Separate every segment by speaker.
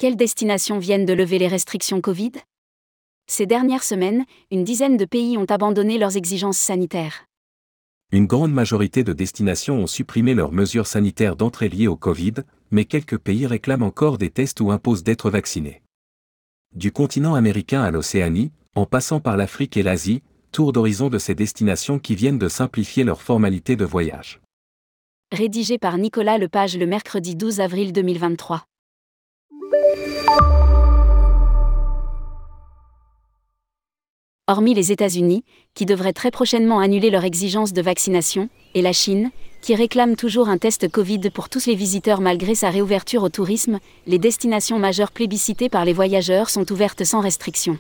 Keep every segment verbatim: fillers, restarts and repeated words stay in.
Speaker 1: Quelles destinations viennent de lever les restrictions Covid ? Ces dernières semaines, une dizaine de pays ont abandonné leurs exigences sanitaires.
Speaker 2: Une grande majorité de destinations ont supprimé leurs mesures sanitaires d'entrée liées au Covid, mais quelques pays réclament encore des tests ou imposent d'être vaccinés. Du continent américain à l'Océanie, en passant par l'Afrique et l'Asie, tour d'horizon de ces destinations qui viennent de simplifier leurs formalités de voyage.
Speaker 1: Rédigé par Nicolas Lepage le mercredi douze avril deux mille vingt-trois. Hormis les États-Unis, qui devraient très prochainement annuler leur exigence de vaccination, et la Chine, qui réclame toujours un test Covid pour tous les visiteurs malgré sa réouverture au tourisme, les destinations majeures plébiscitées par les voyageurs sont ouvertes sans restriction.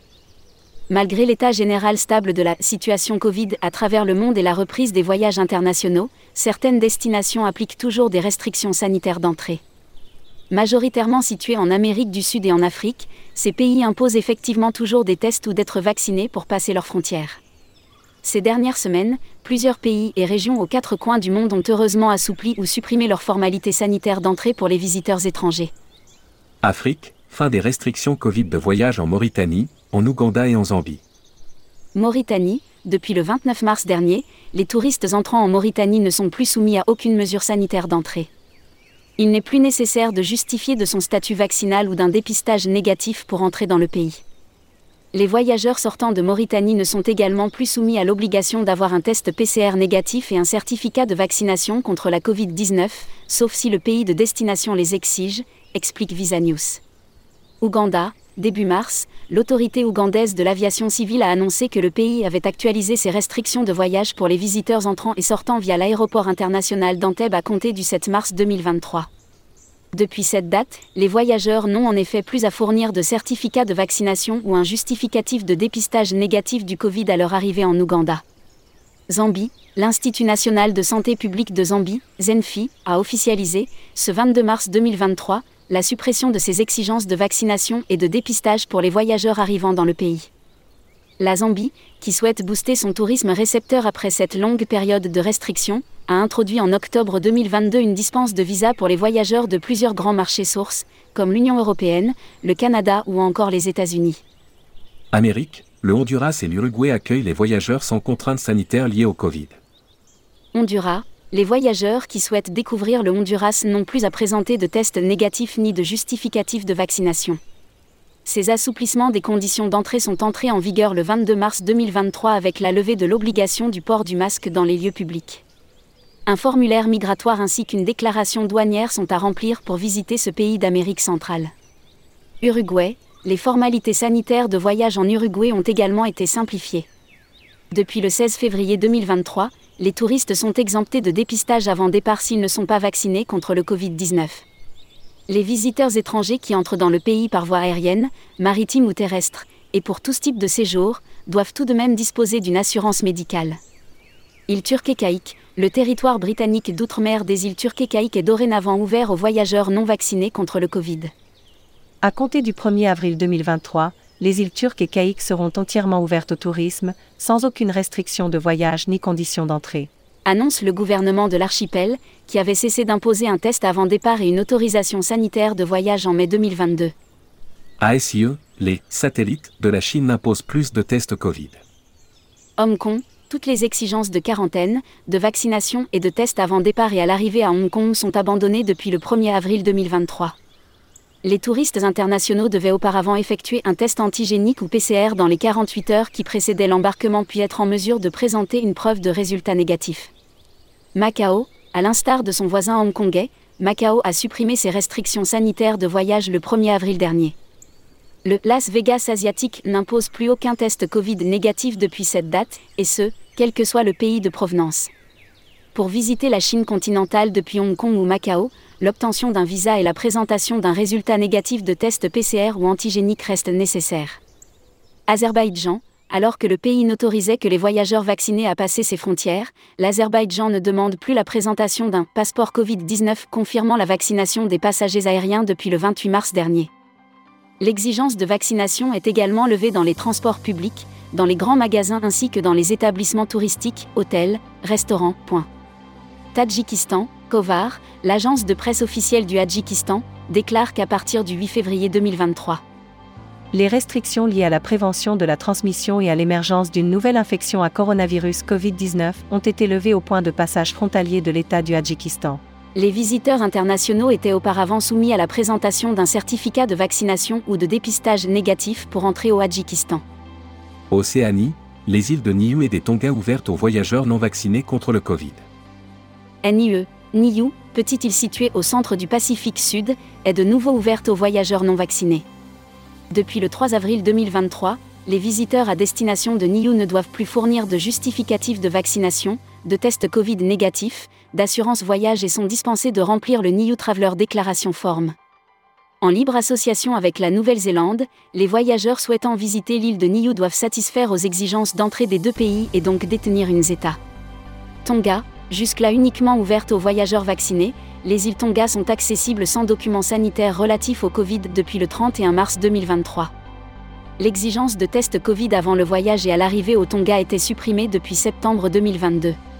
Speaker 1: Malgré l'état général stable de la situation Covid à travers le monde et la reprise des voyages internationaux, certaines destinations appliquent toujours des restrictions sanitaires d'entrée. Majoritairement situés en Amérique du Sud et en Afrique, ces pays imposent effectivement toujours des tests ou d'être vaccinés pour passer leurs frontières. Ces dernières semaines, plusieurs pays et régions aux quatre coins du monde ont heureusement assoupli ou supprimé leurs formalités sanitaires d'entrée pour les visiteurs étrangers.
Speaker 2: Afrique, fin des restrictions Covid de voyage en Mauritanie, en Ouganda et en Zambie.
Speaker 1: Mauritanie, depuis le vingt-neuf mars dernier, les touristes entrant en Mauritanie ne sont plus soumis à aucune mesure sanitaire d'entrée. Il n'est plus nécessaire de justifier de son statut vaccinal ou d'un dépistage négatif pour entrer dans le pays. Les voyageurs sortant de Mauritanie ne sont également plus soumis à l'obligation d'avoir un test P C R négatif et un certificat de vaccination contre la covid dix-neuf, sauf si le pays de destination les exige, explique Visa News. Ouganda, début mars, l'autorité ougandaise de l'aviation civile a annoncé que le pays avait actualisé ses restrictions de voyage pour les visiteurs entrant et sortant via l'aéroport international d'Entebbe à compter du sept mars deux mille vingt-trois. Depuis cette date, les voyageurs n'ont en effet plus à fournir de certificat de vaccination ou un justificatif de dépistage négatif du Covid à leur arrivée en Ouganda. Zambie, l'Institut national de santé publique de Zambie, ZENFI, a officialisé, ce vingt-deux mars deux mille vingt-trois, la suppression de ces exigences de vaccination et de dépistage pour les voyageurs arrivant dans le pays. La Zambie, qui souhaite booster son tourisme récepteur après cette longue période de restriction, a introduit en octobre deux mille vingt-deux une dispense de visa pour les voyageurs de plusieurs grands marchés sources, comme l'Union européenne, le Canada ou encore les États-Unis.
Speaker 2: Amérique, le Honduras et l'Uruguay accueillent les voyageurs sans contraintes sanitaires liées au Covid.
Speaker 1: Honduras, les voyageurs qui souhaitent découvrir le Honduras n'ont plus à présenter de tests négatifs ni de justificatif de vaccination. Ces assouplissements des conditions d'entrée sont entrés en vigueur le vingt-deux mars deux mille vingt-trois avec la levée de l'obligation du port du masque dans les lieux publics. Un formulaire migratoire ainsi qu'une déclaration douanière sont à remplir pour visiter ce pays d'Amérique centrale. Uruguay, les formalités sanitaires de voyage en Uruguay ont également été simplifiées. Depuis le seize février deux mille vingt-trois, les touristes sont exemptés de dépistage avant départ s'ils ne sont pas vaccinés contre le covid dix-neuf. Les visiteurs étrangers qui entrent dans le pays par voie aérienne, maritime ou terrestre, et pour tout type de séjour, doivent tout de même disposer d'une assurance médicale. Îles Turques-et-Caïques, le territoire britannique d'outre-mer des îles Turques-et-Caïques est dorénavant ouvert aux voyageurs non vaccinés contre le Covid.
Speaker 3: À compter du premier avril deux mille vingt-trois, les îles Turques et Caïques seront entièrement ouvertes au tourisme, sans aucune restriction de voyage ni condition d'entrée.
Speaker 1: Annonce le gouvernement de l'archipel, qui avait cessé d'imposer un test avant départ et une autorisation sanitaire de voyage en mai deux mille vingt-deux.
Speaker 2: A S I E, les satellites de la Chine n'imposent plus de tests Covid.
Speaker 1: Hong Kong, toutes les exigences de quarantaine, de vaccination et de tests avant départ et à l'arrivée à Hong Kong sont abandonnées depuis le premier avril deux mille vingt-trois. Les touristes internationaux devaient auparavant effectuer un test antigénique ou P C R dans les quarante-huit heures qui précédaient l'embarquement puis être en mesure de présenter une preuve de résultat négatif. Macao, à l'instar de son voisin hongkongais, Macao a supprimé ses restrictions sanitaires de voyage le premier avril dernier. Le Las Vegas asiatique n'impose plus aucun test Covid négatif depuis cette date, et ce, quel que soit le pays de provenance. Pour visiter la Chine continentale depuis Hong Kong ou Macao, l'obtention d'un visa et la présentation d'un résultat négatif de test P C R ou antigénique restent nécessaires. Azerbaïdjan, alors que le pays n'autorisait que les voyageurs vaccinés à passer ses frontières, l'Azerbaïdjan ne demande plus la présentation d'un passeport covid dix-neuf confirmant la vaccination des passagers aériens depuis le vingt-huit mars dernier. L'exigence de vaccination est également levée dans les transports publics, dans les grands magasins ainsi que dans les établissements touristiques, hôtels, restaurants. Point. Tadjikistan, Kovar, l'agence de presse officielle du Tadjikistan, déclare qu'à partir du huit février deux mille vingt-trois,
Speaker 3: les restrictions liées à la prévention de la transmission et à l'émergence d'une nouvelle infection à coronavirus covid dix-neuf ont été levées au point de passage frontalier de l'État du Tadjikistan.
Speaker 1: Les visiteurs internationaux étaient auparavant soumis à la présentation d'un certificat de vaccination ou de dépistage négatif pour entrer au Tadjikistan.
Speaker 2: Océanie, les îles de Niue et des Tonga ouvertes aux voyageurs non vaccinés contre le Covid.
Speaker 1: N I E, Niue, petite île située au centre du Pacifique Sud, est de nouveau ouverte aux voyageurs non vaccinés. Depuis le trois avril deux mille vingt-trois, les visiteurs à destination de Niue ne doivent plus fournir de justificatifs de vaccination, de tests Covid négatifs, d'assurance voyage et sont dispensés de remplir le Niue Traveler Declaration Form. En libre association avec la Nouvelle-Zélande, les voyageurs souhaitant visiter l'île de Niue doivent satisfaire aux exigences d'entrée des deux pays et donc détenir une zeta. Tonga, jusque-là uniquement ouverte aux voyageurs vaccinés, les îles Tonga sont accessibles sans documents sanitaires relatifs au Covid depuis le trente et un mars deux mille vingt-trois. L'exigence de tests Covid avant le voyage et à l'arrivée au Tonga était supprimée depuis septembre deux mille vingt-deux.